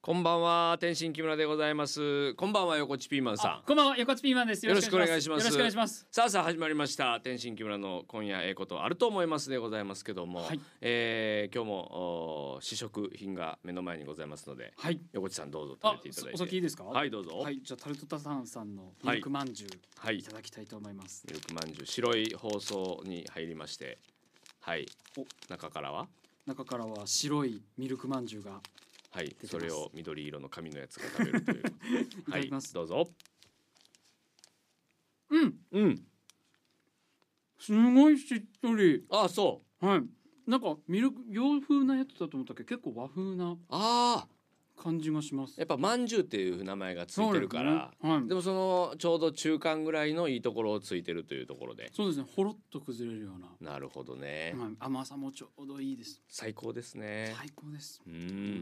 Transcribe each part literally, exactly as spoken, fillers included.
こんばんは、天心木村でございます。こんばんは、横地ピーマンさん。 こんばんは、横地ピーマンです。 よろしくお願いします。 よろしくお願いします。 さあさあ始まりました、天心木村の今夜ええことあると思いますでございますけども、はい、えー、今日も試食品が目の前にございますので、はい、横地さんどうぞ食べていただいて。 お先いいですか？ はい、どうぞ。 はい、じゃあタルトタタンさんのミルクまんじゅう、はい、いただきたいと思います。 ミルクまんじゅう、白い包装に入りまして、はい、お中からは中からは白いミルクまんじゅうが、 はい、それを緑色の紙のやつが食べるといういただきます、 はい、どうぞ。 うんうんすごいしっとり。 ああ、そう、 はい、なんかミルク洋風なやつだと思ったけど結構和風なあ感じがします。 やっぱまんじゅうっていう名前がついてるから、ね、はい、でもそのちょうど中間ぐらいのいいところをついてるというところで、 そうですね、ほろっと崩れるような。 なるほどね、 はい、甘さもちょうどいいです。 最高ですね。 最高です。 うん、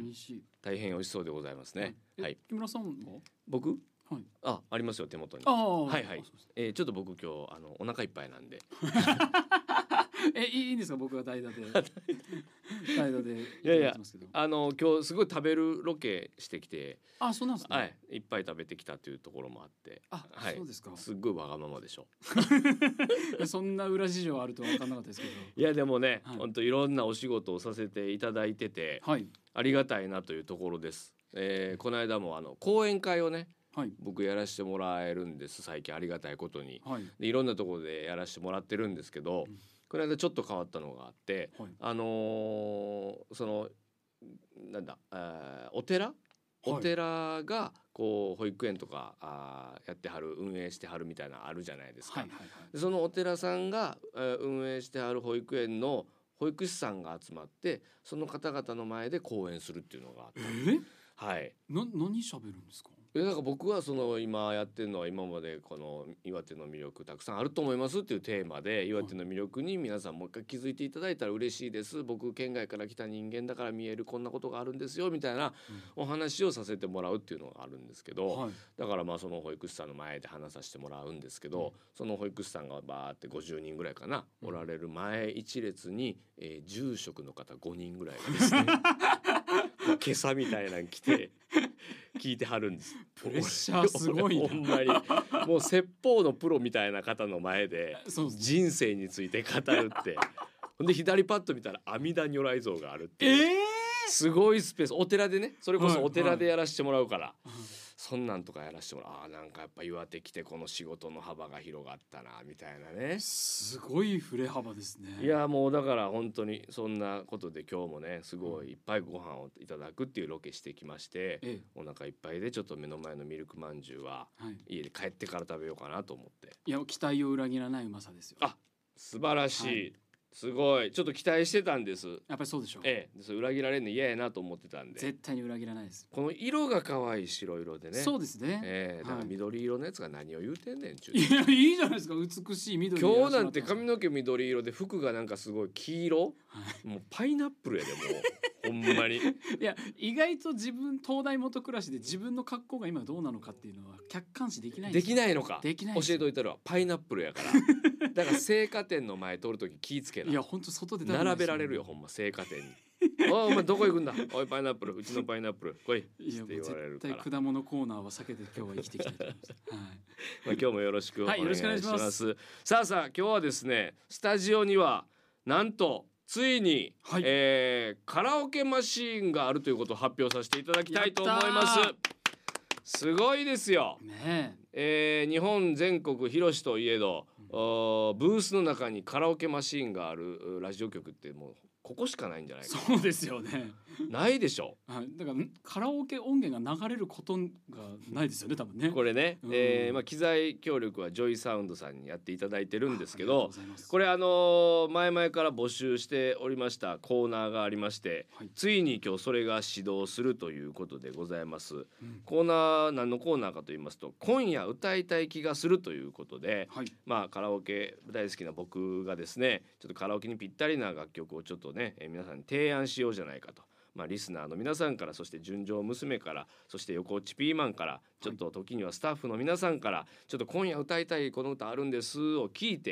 美味しい。 大変美味しそうでございますね。はい、 木村さんも？ 僕、 はい、 あ、ありますよ手元に。 あ、 はいはい、えー、ちょっと僕今日あのお腹いっぱいなんでえ、いいんですか？僕が代打で代打でいやいや、あの今日すごい食べるロケしてきて、 あ、そうなんですね、 はい、いっぱい食べてきたというところもあって、 あ、はい、そうですか。 すっごいわがままでしょそんな裏事情あるとは分かんなかったですけど、 いやでもね、はい、本当いろんなお仕事をさせていただいてて、はい、ありがたいなというところです。えー、この間もあの講演会をね、はい、僕やらせてもらえるんです、最近ありがたいことに、はい、でいろんなところでやらせてもらってるんですけど、うん、この間ちょっと変わったのがあって、はい、あのー、そのなんだ、えー、お寺お寺がこう保育園とかあやってはる運営してはるみたいなあるじゃないですか、はいはいはい、でそのお寺さんが、えー、運営してはる保育園の保育士さんが集まってその方々の前で講演するっていうのがあったんです。 えーはい、 な何喋るんですか？ えだから僕はその今やってるのは今までこの岩手の魅力たくさんあると思いますっていうテーマで、岩手の魅力に皆さんもう一回気づいていただいたら嬉しいです、僕県外から来た人間だから見えるこんなことがあるんですよみたいなお話をさせてもらうっていうのがあるんですけど、はい、だからまあその保育士さんの前で話させてもらうんですけど、うん、その保育士さんがバーってごじゅうにんぐらいかな、うん、おられる前一列に、えー、住職の方ごにんぐらいがですね今朝みたいなの来て聞いてはるんです。 プレッシャーすごいな。 ほんまにもう説法のプロみたいな方の前で人生について語るってほんで左パッと見たら阿弥陀如来像があるっていう、えー、すごいスペース、お寺でね、それこそお寺でやらせてもらうから、はいはい、そんなんとかやらせてもらう。あーなんかやっぱ岩手来てこの仕事の幅が広がったなみたいなね。 すごい振れ幅ですね。 いやもうだから本当にそんなことで今日もねすごいいっぱいご飯をいただくっていうロケしてきまして、ええ、お腹いっぱいでちょっと目の前のミルクまんじゅうは家に帰ってから食べようかなと思って、 いや期待を裏切らないうまさですよ。 あ、素晴らしい、はい、すごいちょっと期待してたんです。やっぱりそうでしょう、 ええ、それ裏切られるの嫌やなと思ってたんで。 絶対に裏切らないです。 この色が可愛い白色でね。 そうですね、 ええ、だから緑色のやつが何を言うてんねんちゅう、 いやいいじゃないですか、美しい緑。 今日なんて髪の毛緑色で服がなんかすごい黄色、はい、もうパイナップルやでもうほんまにいや意外と自分東大元暮らしで自分の格好が今どうなのかっていうのは客観視できないんですよ。 できないのか。 できない教えといたらパイナップルやからだから青果店の前通るとき気ぃつけな。 いや本当外で並べられるよほんま青果店におお前どこ行くんだおいパイナップルうちのパイナップル来いって言われるから。 絶対果物コーナーは避けて今日は生きていきたいと思います、はい、まあ今日もよろしくお願いします、はい、ます。さあさあ今日はですねスタジオにはなんとついに、はい、えー、カラオケマシーンがあるということを発表させていただきたいと思います。すごいですよ、ねえー、日本全国広しといえど、うん、ブースの中にカラオケマシーンがあるラジオ局ってもうここしかないんじゃないかな。 そうですよね。 ないでしょ。 はい、だからカラオケ音源が流れることがないですよね多分ね。 これね、うん、えーまあ、機材協力はジョイサウンドさんにやっていただいてるんですけど、これあのー、前々から募集しておりましたコーナーがありまして、はい、ついに今日それが始動するということでございます、うん、コーナー何のコーナーかと言いますと今夜歌いたい気がするということで、はい、まあカラオケ大好きな僕がですねちょっとカラオケにぴったりな楽曲をちょっとね、えー、皆さんに提案しようじゃないかと。まあ、リスナーの皆さんからそして純情娘からそして横落ちピーマンからちょっと時にはスタッフの皆さんからちょっと今夜歌いたいこの歌あるんですを聞いて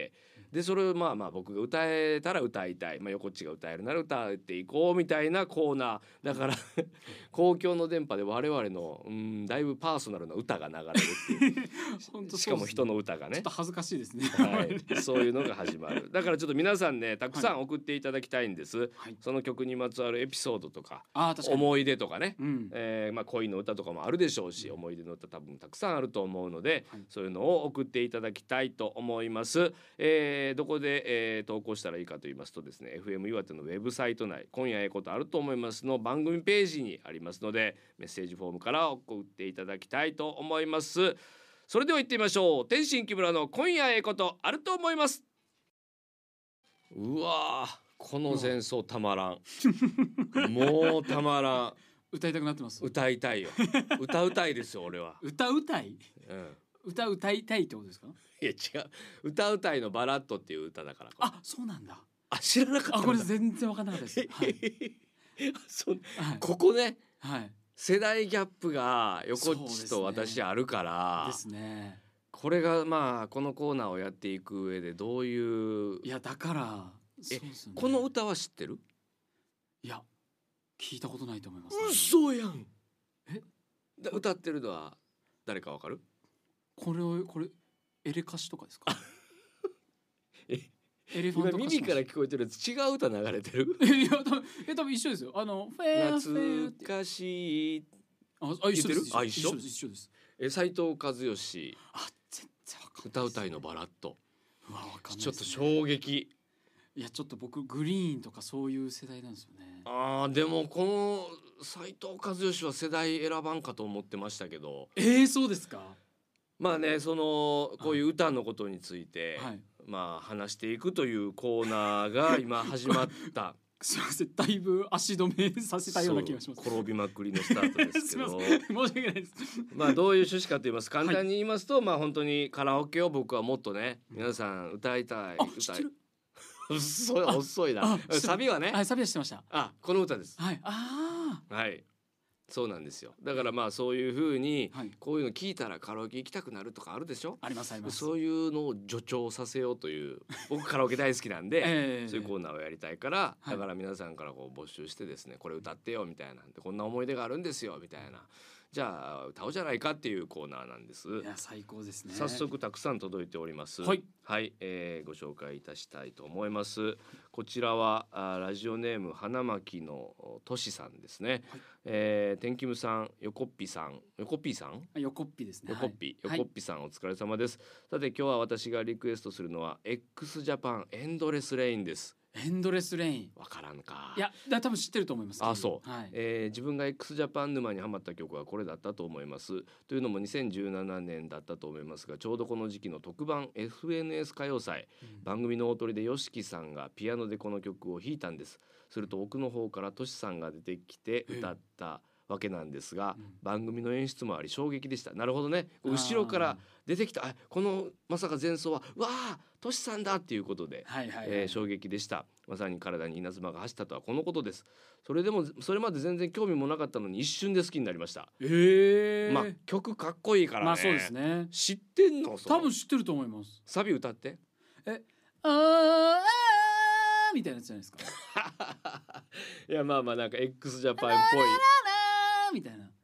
でそれをまあまあ僕が歌えたら歌いたい、まあ、横っちが歌えるなら歌っていこうみたいなコーナーだから公共の電波で我々のうんだいぶパーソナルな歌が流れるっていう本当そうですね、しかも人の歌がね、 ちょっと恥ずかしいですね、 はい、そういうのが始まる。だからちょっと皆さんねたくさん送っていただきたいんです、はい、その曲にまつわるエピソードとか、あ確かに思い出とかね、うんえーまあ、恋の歌とかもあるでしょうし、うん、思い出の歌多分たくさんあると思うので、はい、そういうのを送っていただきたいと思います、えー、どこで、えー、投稿したらいいかと言いますとですね エフエム 岩手のウェブサイト内今夜ええことあると思いますの番組ページにありますのでメッセージフォームから送っていただきたいと思います。それでは行ってみましょう。天心木村の今夜ええことあると思います。うわこの前奏たまらんもうたまらん。 歌いたくなってます。 歌いたいよ歌うたいですよ俺は。 歌うたい、 うん、 歌歌いたいってことですか。 いや違う歌うたいのバラッドっていう歌だから。 あそうなんだ。 あ知らなかったんだ。 あこれ全然分かんなかったです、はいそはい、ここね、 はい、 世代ギャップが横っちと私あるからですね。 これがまあこのコーナーをやっていく上でどういういやだからそうですね、この歌は知ってる？ いや聞いたことないと思います、 ね、嘘やん。 え歌ってるのは誰かわかる？ これをこれエレカシとかですか？ えエレファント今耳から聞こえてるやつ違う歌流れてる？ いや多分え多分一緒ですよ。あのフェアフェア懐かしいああ一緒です。 あ一緒一緒です。 え斉藤和義あ全然わかんない。 歌うたいのバラッド。 うわわかんないですね。 ちょっと衝撃。 いやちょっと僕グリーンとかそういう世代なんですよね。 あーでもこの斉藤和義は世代選ばんかと思ってましたけど。 えー、そうですか。 まあねそのこういう歌のことについて、 はい、 まあ話していくというコーナーが今始まった。 すみませんだいぶ足止めさせたような気がします。 転びまくりのスタートですけどす申し訳ないです。 まあどういう趣旨かと言います簡単に言いますと、はい、まあ本当にカラオケを僕はもっとね皆さん歌いたい、 うん、 歌い遅い遅いなサビはねはいサビはしてました。 あこの歌です。 はいああはいそうなんですよ。だからまあそういう風にこういうの聞いたらカラオケ行きたくなるとかあるでしょ。 ありますあります。 そういうのを助長させようという僕カラオケ大好きなんで、えー、そういうコーナーをやりたいから、はい、だから皆さんからこう募集してですねこれ歌ってよみたいなんでこんな思い出があるんですよみたいなじゃあ歌おうじゃないかっていうコーナーなんです。 いや最高ですね。 早速たくさん届いております。 はい、 はいえー、ご紹介いたしたいと思います。こちらはあラジオネーム花巻のとしさんですね。はい、えー、天気むさん、よこっぴさん、よこっぴさん、 よこっぴですね。 よこっぴ、よこっぴさん、お疲れ様です。さて今日は私がリクエストするのは x ジャパンエンドレスレインです。 エンドレスレインわからんか。 いやだ多分知ってると思います。 あそう、 はいえー、自分が x ジャパン沼にハマった曲はこれだったと思います。というのもにせんじゅうななねんだったと思いますがちょうどこの時期の特番 エフエヌエス 歌謡祭、うん、番組の大トリで ヨシキさんがピアノでこの曲を弾いたんです。すると奥の方からトシさんが出てきて歌ったわけなんですが、うん、番組の演出もあり衝撃でした。なるほどね後ろから出てきたあこのまさか前奏はうわートシさんだっていうことで、はいはいはいえー、衝撃でした。まさに体に稲妻が走ったとはこのことです。それでもそれまで全然興味もなかったのに一瞬で好きになりました。 えー、 まあ曲かっこいいからね。 まあそうですね。 知ってんの？ 多分知ってると思います。 サビ歌ってえあーあーみたいなやつじゃないですかいやまあまあなんか x ジャパンっぽいみたいな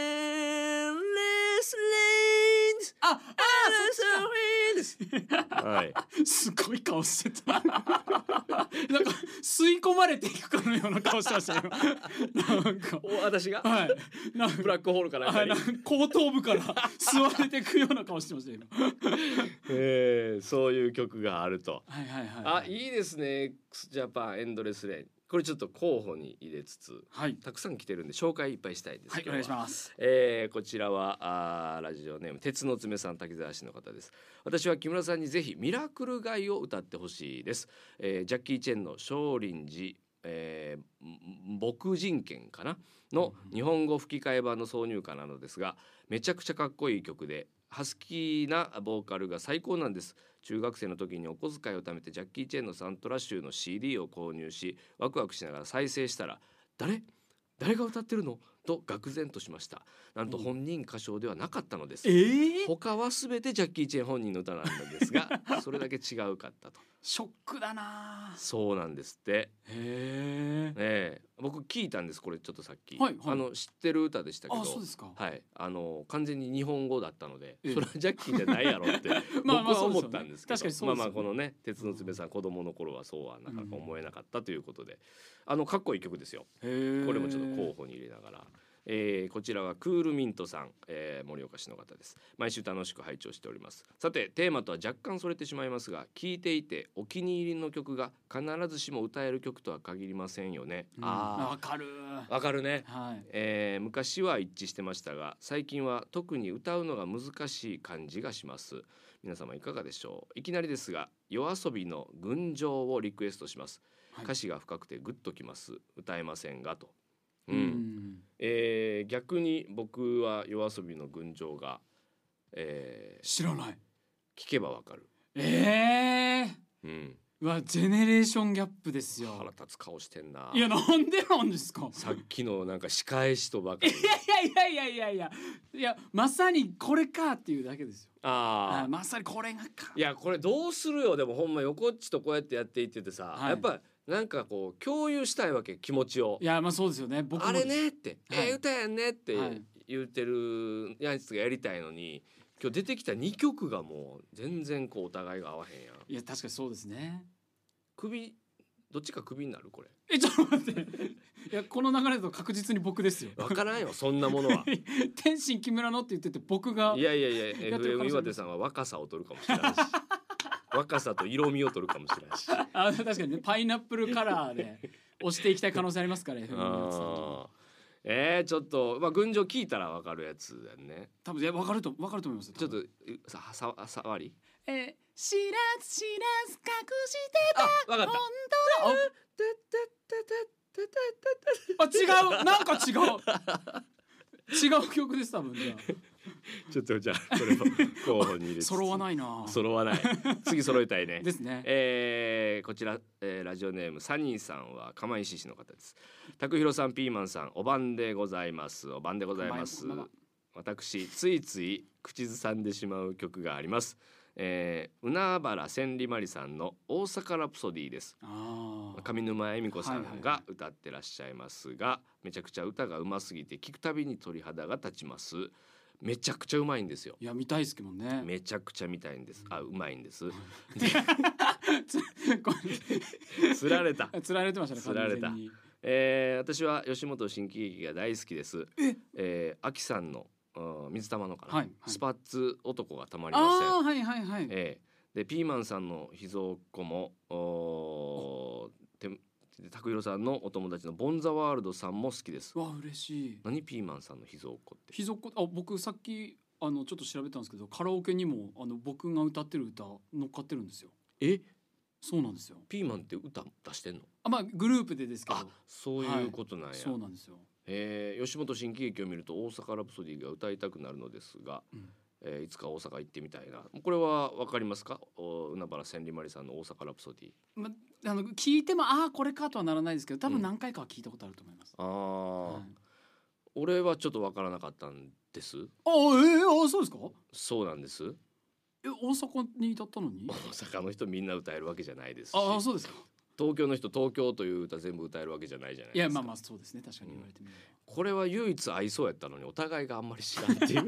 あ、ああ、はい。 すごい顔してた。なんか吸い込まれていくかのような顔してましたよ。なんかお私が、 はい、 なんブラックホールからか後頭部から吸われていくような顔してましたよ。 えー、そういう曲があると。 はいはいはい、はい。 あ、いいですね。x ジャパンエンドレスレイン。これちょっと候補に入れつつ、はい、たくさん来てるんで紹介いっぱいしたいです。 はい、お願いします。 えー、こちらはあラジオネーム鉄の爪さん滝沢市の方です。私は木村さんにぜひミラクルガイを歌ってほしいです。えー、ジャッキー・チェンの少林寺、えー、牧人剣かなの日本語吹き替え版の挿入歌なのですがめちゃくちゃかっこいい曲でハスキーなボーカルが最高なんです。中学生の時にお小遣いを貯めてジャッキー・チェンのサントラ集の シーディー を購入しワクワクしながら再生したら誰誰が歌ってるのと愕然としました。なんと本人歌唱ではなかったのです、 えー、 他はすべてジャッキー・チェン本人の歌なんですがそれだけ違うかったと。 ショックだな。 そうなんですって。 へえー、僕聞いたんですこれちょっとさっき、 はいはい、 あの知ってる歌でしたけど、 あ、そうですか、 はい、あの完全に日本語だったので、 ええ、 それはジャッキーじゃないやろって僕は思ったんですけど、まあまあこのね鉄の爪さん、子供の頃はそうはなかなか思えなかったということで、あのかっこいい曲ですよ。これもちょっと候補に入れながら、えー、こちらはクールミントさん、えー、盛岡市の方です。毎週楽しく拝聴しております。さてテーマとは若干それてしまいますが、聴いていてお気に入りの曲が必ずしも歌える曲とは限りませんよね、 うん、あ、わかるわかるね、 はい、 えー、昔は一致してましたが最近は特に歌うのが難しい感じがします。皆様いかがでしょう。いきなりですが夜遊びの群青をリクエストします、はい、歌詞が深くてグッときます。歌えませんがと。うん、うん、えー、逆に僕は夜遊びの群青が、えー、 知らない。 聞けばわかる。 えー、 うん、 うわ、ジェネレーションギャップですよ。 腹立つ顔してんな。 いや、なんでなんですか。 さっきのなんか仕返しとばかり。 いやいやいやいやいやいや、まさにこれかっていうだけですよ。ああ、まさにこれがか。 いやこれどうするよ。でもほんま横っちとこうやってやっていっててさ、はい、やっぱなんかこう共有したいわけ、気持ちを。 いや、まあそうですよね。僕もあれねって、 はい、 えー、歌やんねって言ってるやつがやりたいのに、今日出てきたにきょくがもう全然こうお互いが合わへんやん。 いや確かにそうですね。 首どっちか首になるこれ。 え、ちょっと待っていや、この流れだと確実に僕ですよ。 分からんよそんなものは。 天心木村のって言ってて僕が。 いやいやいや エフエム 岩手さんは若さを取るかもしれないし若さと色味を取るかもしれないしあ、確かにね、パイナップルカラーで押していきたい可能性ありますからね。 あ、えー、ちょっと、まあ、群青聞いたら分かるやつだよね。 多分いや分かると分かると思います。 ちょっとさささわり、 えー、知らず知らず隠してた。 あ、分かった。 あ、違う、なんか違う違う曲です多分。じゃあちょっとじゃあそれも候補に入れて揃わないな。 揃わない次揃えたいね。 ですね。 えー、こちら、えー、ラジオネームサニーさんは釜石市の方です。拓弘さん、ピーマンさん、お晩でございます。お晩でございます。私ついつい口ずさんでしまう曲があります。えー、海原千里マリさんの大阪ラプソディです。あ、上沼恵美子さんが歌ってらっしゃいますが、はいはいはい、めちゃくちゃ歌がうますぎて聞くたびに鳥肌が立ちます。めちゃくちゃうまいんですよ。 いや、見たいですけどね。 めちゃくちゃ見たいんです。あ、うまいんです。つられた。 つられてましたね。 つられた。えー、私は吉本新喜劇が大好きです。え、えー、秋さんの水玉のかな、はいはい、スパッツ男がたまりません。 あ、はいはいはい。 えー、でピーマンさんの秘蔵っ子もおて拓弘さんのお友達のボンザワールドさんも好きです。 わ、嬉しい。 何ピーマンさんの秘蔵っ子って。 秘蔵っ子、あ、僕さっきあのちょっと調べたんですけど、カラオケにもあの僕が歌ってる歌乗っかってるんですよ。 え、 そうなんですよ。 ピーマンって歌出してんの？ あ、まあグループでですけど。 あ、そういうことなんや。はい、 そうなんですよ。 えー、吉本新喜劇を見ると大阪ラプソディが歌いたくなるのですが、うん、えー、いつか大阪行ってみたいな。これはわかりますか？海原千里マリさんの大阪ラプソディ、 ま、あの聞いてもああこれかとはならないですけど、多分何回かは聞いたことあると思います。 うん、ああ、はい、俺はちょっとわからなかったんです。 あ、えー、あ、そうですか？ そうなんです。 え、大阪にいたったのに？ 大阪の人みんな歌えるわけじゃないですし。 ああ、そうですか。 東京の人東京という歌全部歌えるわけじゃないじゃないですか。 いや、まあまあそうですね、確かに言われてみれば、 うん、これは唯一合いそうやったのにお互いがあんまり知らんっていう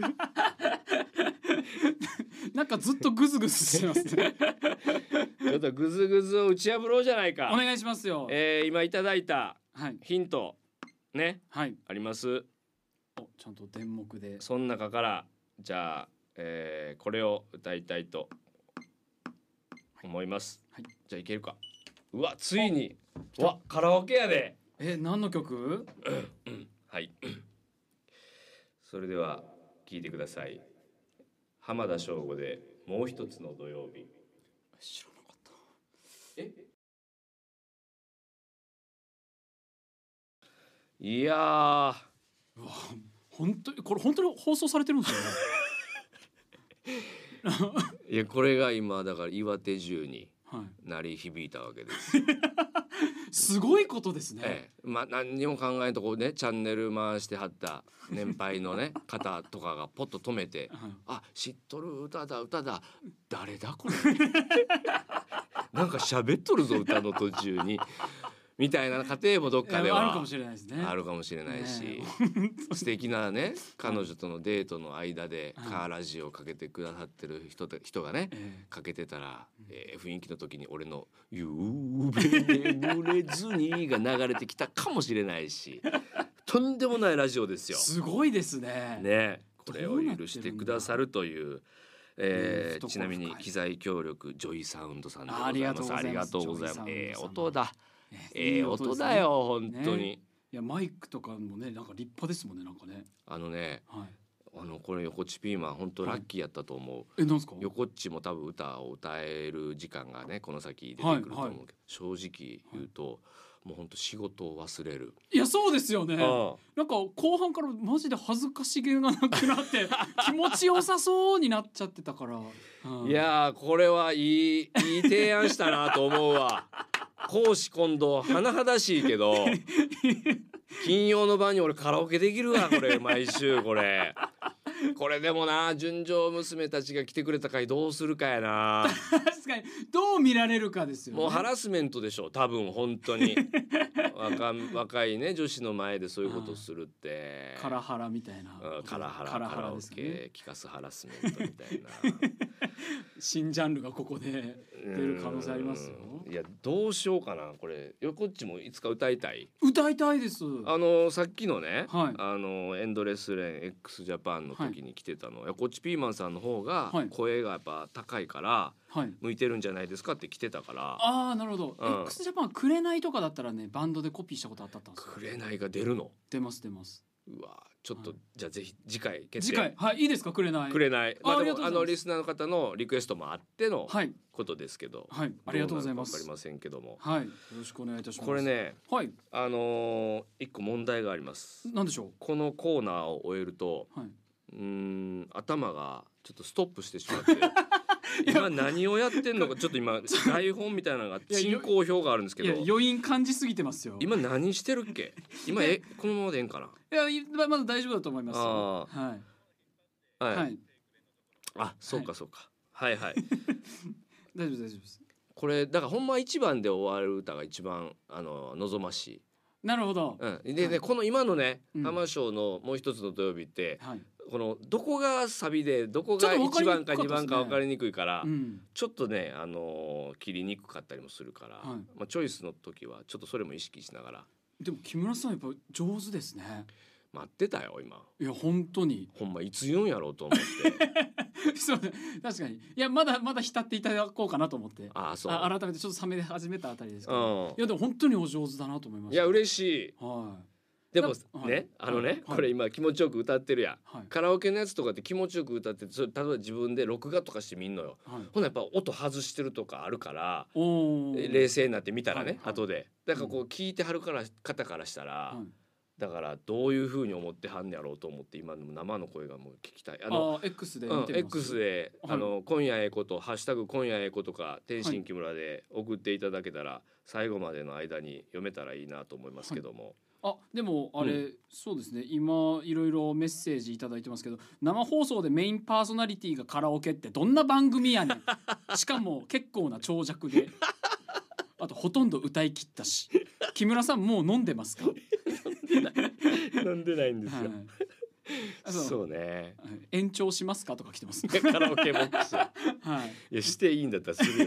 なんかずっとグズグズしてますねちょっとグズグズを打ち破ろうじゃないか。 お願いしますよ。 えー、今いただいたヒント、ね、 はい、 あります。 お、ちゃんと電目で。 その中からじゃあ、えー、これを歌いたいと思います、はい、じゃあいけるか。うわ、ついにわ、カラオケやで。 え、何の曲？ はいそれでは聞いてください。浜田省吾でもう一つの土曜日。 知らなかった。 え、いやー、うわ、 本当にこれ本当に放送されてるんですよねいや、これが今だから岩手中に鳴り響いたわけです、はい、 すごいことですね、 ええ、まあ何にも考えんとこうねチャンネル回してはった年配のね方とかがポッと止めてあ知っとる歌だ歌だ誰だこれなんか喋っとるぞ歌の途中にみたいな家庭もどっかではあるかもしれないですね。 あるかもしれないし、ね、素敵なね彼女とのデートの間でカーラジオをかけてくださってる 人, 人がね、えー、かけてたら、えー、雰囲気の時に俺の「ゆうべ眠れずに」が流れてきたかもしれないしとんでもないラジオですよ。 すごいですね。 ねこれを許してくださるというえー、ちなみに機材協力ジョイサウンドさんでございます。ありがとうございます。えー、音だえー、音だよ本当に、ね、 いやマイクとかもねなんか立派ですもんねなんかねあのね、はい、あのこれ横っちピーマン本当ラッキーやったと思う、はい、 えなんすか横っちも多分歌を歌える時間がねこの先出てくると思うけど、はいはい、正直言うと、はい、もう本当仕事を忘れる。 いやそうですよね。なんか後半からマジで恥ずかしげがなくなって気持ちよさそうになっちゃってたから、 うん、いやこれはいいいい提案したなと思うわ公私混同甚だしいけど金曜の晩に俺カラオケできるわこれ毎週これこれでもな純情娘たちが来てくれた回どうするかやな確かにどう見られるかですよね。 もうハラスメントでしょ多分本当に若, 若いね女子の前でそういうことするってカラハラみたいな、 うん、カラハラカラオケ聞かすハラスメントみたいな新ジャンルがここで出る可能性ありますよ。 いやどうしようかなこれ横っちもいつか歌いたい歌いたいです。 あのさっきのね、 はい、 あのエンドレスレン X ジャパンの時に来てたのは、はい、横っちピーマンさんの方が声がやっぱ高いから、はい、向いてるんじゃないですかって来てたから、 ああなるほど、うん、X ジャパンくれないとかだったらねバンドでコピーしたことあったんですよ。 くれないが出るの？ 出ます出ます。 うわちょっと、はい、じゃあぜひ次回決定。 次回はいいいですかくれない。 くれない。まあでもあのリスナーの方のリクエストもあってのことですけど。 はい、はい、ありがとうございます。 わかりませんけども。 はいよろしくお願いいたします。 これね、 はい、 あのー、一個問題があります。 なんでしょう。 このコーナーを終えると、はい、うーん頭がちょっとストップしてしまって。今何をやってんのかちょっと今台本みたいなのが進行表があるんですけど、 いや余韻感じすぎてますよ。 今何してるっけ今えこのままでいいんかな。 いやまだ大丈夫だと思います。あはいはい、はい、あそうかそうか、はい、はいはい大丈夫大丈夫です。 これだからほんま一番で終わる歌が一番あの望ましい。 なるほど、 うん、でね、はい、この今のね浜章のもう一つの土曜日って、はい、このどこがサビでどこがいちばんかにばんか分かりにくいから、うん、ちょっとね、あのー、切りにくかったりもするから、はいまあ、チョイスの時はちょっとそれも意識しながら。 でも木村さんやっぱ上手ですね。 待ってたよ今。 いや本当にほんまいつ言うんやろうと思ってそう確かにいやまだまだ浸っていただこうかなと思って。 ああそうあ改めてちょっと冷め始めたあたりですけど、うん、いやでも本当にお上手だなと思いました。 いや嬉しい。 はいでもね、はい、あのね、はい、これ今気持ちよく歌ってるやん、はい、カラオケのやつとかって気持ちよく歌ってそれ例えば自分で録画とかしてみんのよ、はい、ほなやっぱ音外してるとかあるから冷静になって見たらね、はいはい、後でだからこう聞いてはるから方からしたら、はい、だからどういう風に思ってはんやろうと思って今の生の声がもう聞きたい。 あのあ X で見てみます、 うん、X で、はい、あの今夜ええことハッシュタグ今夜ええことか天心木村で送っていただけたら、はい、最後までの間に読めたらいいなと思いますけども、はいあでもあれ、うん、そうですね今いろいろメッセージいただいてますけど生放送でメインパーソナリティがカラオケってどんな番組やねんしかも結構な長尺であとほとんど歌い切ったし木村さんもう飲んでますか飲んでないんですよ、はい、そう、そうね延長しますかとか来てますカラオケボックス、はい、いやしていいんだったらするよ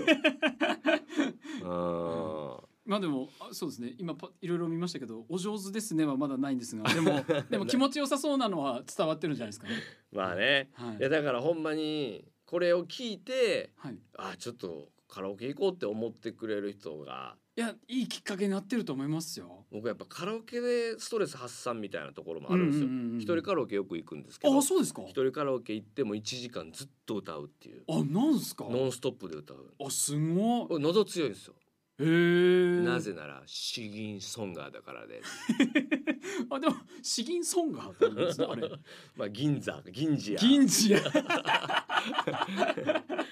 あまあでもそうですね今パいろいろ見ましたけどお上手ですねはまだないんですがでもでも気持ちよさそうなのは伝わってるんじゃないですかねまあね、はい、いやだからほんまにこれを聞いて、はい、あちょっとカラオケ行こうって思ってくれる人がいやいいきっかけになってると思いますよ。 僕やっぱカラオケでストレス発散みたいなところもあるんですよ、うんうんうんうん、一人カラオケよく行くんですけどあそうですか。 一人カラオケ行ってもいちじかんずっと歌うっていうあなんすかノンストップで歌うあすごい喉強いんですよ。 へーなぜなら詩吟ソンガーだからですあでも詩吟ソンガーって言うんですねあれまあ銀座銀次や銀次や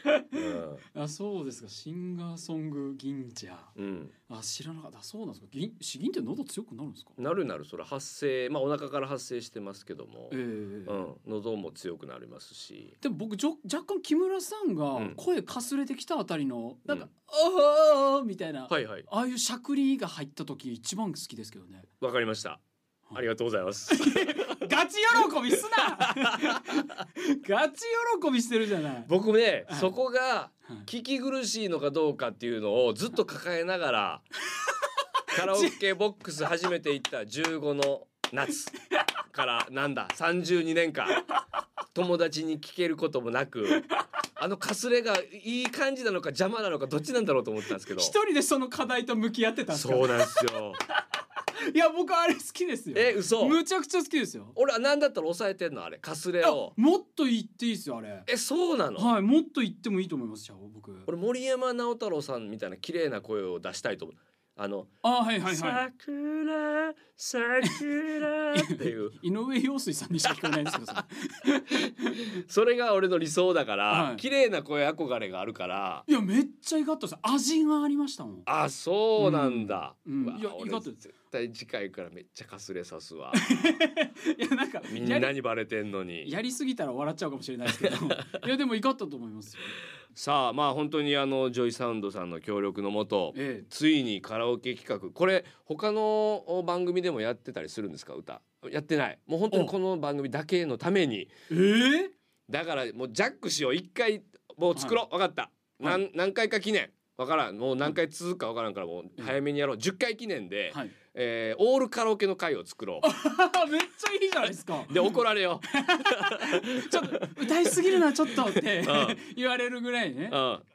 うん、あそうですか。シンガーソング銀茶、 うん、 あ知らなかった。そうなんですか。銀詩吟って喉強くなるんですか。 なるなる。それ発声、まあお腹から発声してますけども、 えーうん、喉も強くなりますし。 でも僕じょ若干木村さんが声かすれてきたあたりの、うん、なんか、ああみたいな、 はいはい、 ああいうしゃくりが入った時一番好きですけどね。 わかりました。ありがとうございます。 ガチ喜びすなガチ喜びしてるじゃない。 僕ね、はい、そこが聞き苦しいのかどうかっていうのをずっと抱えながらカラオケボックス初めて行ったじゅうごの夏からなんださんじゅうにねんかん友達に聞けることもなく、あのかすれがいい感じなのか邪魔なのかどっちなんだろうと思ったんですけど、 一人でその課題と向き合ってたんですか。 そうなんですよ。 いや僕あれ好きですよ。 え嘘。 むちゃくちゃ好きですよ。 俺は何だったら抑えてんのあれかすれを。 もっと言っていいですよあれ。 えそうなの。 はいもっと言ってもいいと思います。じゃあ僕俺森山直太朗さんみたいな綺麗な声を出したいと思う。あのあはいはいはい桜桜っていう井上陽水さんにしか聞こえないんですけどそれが俺の理想だから、 はい、 綺麗な声憧れがあるから。 いやめっちゃいかったです。味がありましたもん。 あそうなんだ、 うんうん、いやいかったです。 絶対次回からめっちゃかすれさすわいやなんかみんなにバレてんのにやりすぎたら笑っちゃうかもしれないですけどいやでもいかったと思いますよ。 さあまあ本当にあのジョイサウンドさんの協力のもと、ええ、ついにカラオケ企画、これ他の番組でもやってたりするんですか。歌やってない。もう本当にこの番組だけのために、 えー、 だからもうジャックしよう一回もう作ろう、はい、分かった、はい、何, 何回か記念分からん、もう何回続くか分からんからもう早めにやろう、じゅっかい記念で、はい、えー、オールカラオケの会を作ろうめっちゃいいじゃないですか。 で怒られよちょっと歌いすぎるなちょっとって言われるぐらいね、うんはい、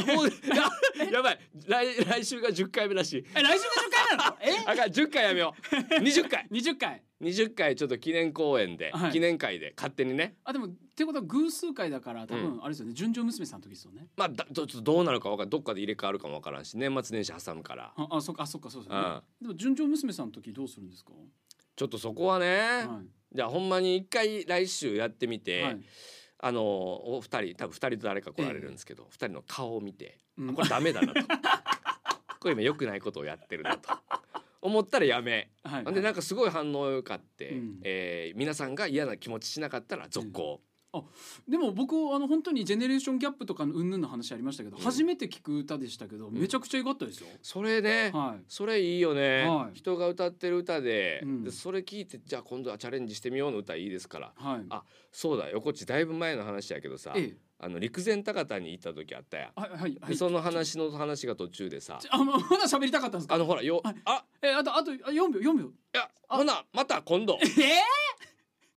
もう や, やばい 来, 来週がじゅっかいめだし。 え来週がじゅっかいなの。えあかんじゅっかいやめようにじゅっかいにじゅっかいにじゅっかいちょっと記念公演で、はい、記念会で勝手にね。 あでもってことは偶数回だから多分、うん、あれですよね純情娘さんの時ですよね。 まあだどどうなるか分からん、どっかで入れ替わるかも分からんし年末年始挟むから。 ああそっかあそっかそうですね、うん、でも純情娘さんの時どうするんですか。 ちょっとそこはね、はい、じゃあほんまに一回来週やってみて、はい、あのお二人多分二人と誰か来られるんですけど、えー、二人の顔を見て、うん、これダメだなとこれ今良くないことをやってるなと思ったらやめ、はいはい、でなんかすごい反応良かって、うん、えー、皆さんが嫌な気持ちしなかったら続行、 うん、あでも僕あの本当にジェネレーションギャップとかの云々の話ありましたけど、うん、初めて聞く歌でしたけど、うん、めちゃくちゃ良かったですよ。 それね、はい、それいいよね、はい、人が歌ってる歌 で,、うん、でそれ聞いてじゃあ今度はチャレンジしてみようの歌いいですから、はい、あそうだよこっちだいぶ前の話やけどさ、ええ、あの陸前高田に行った時あったやん、はいはいはい、でその話の話が途中でさあまだ喋りたかったんですか。 あのほらよ、はい、あえあとあとよんびょうよんびょういやほなまた今度えー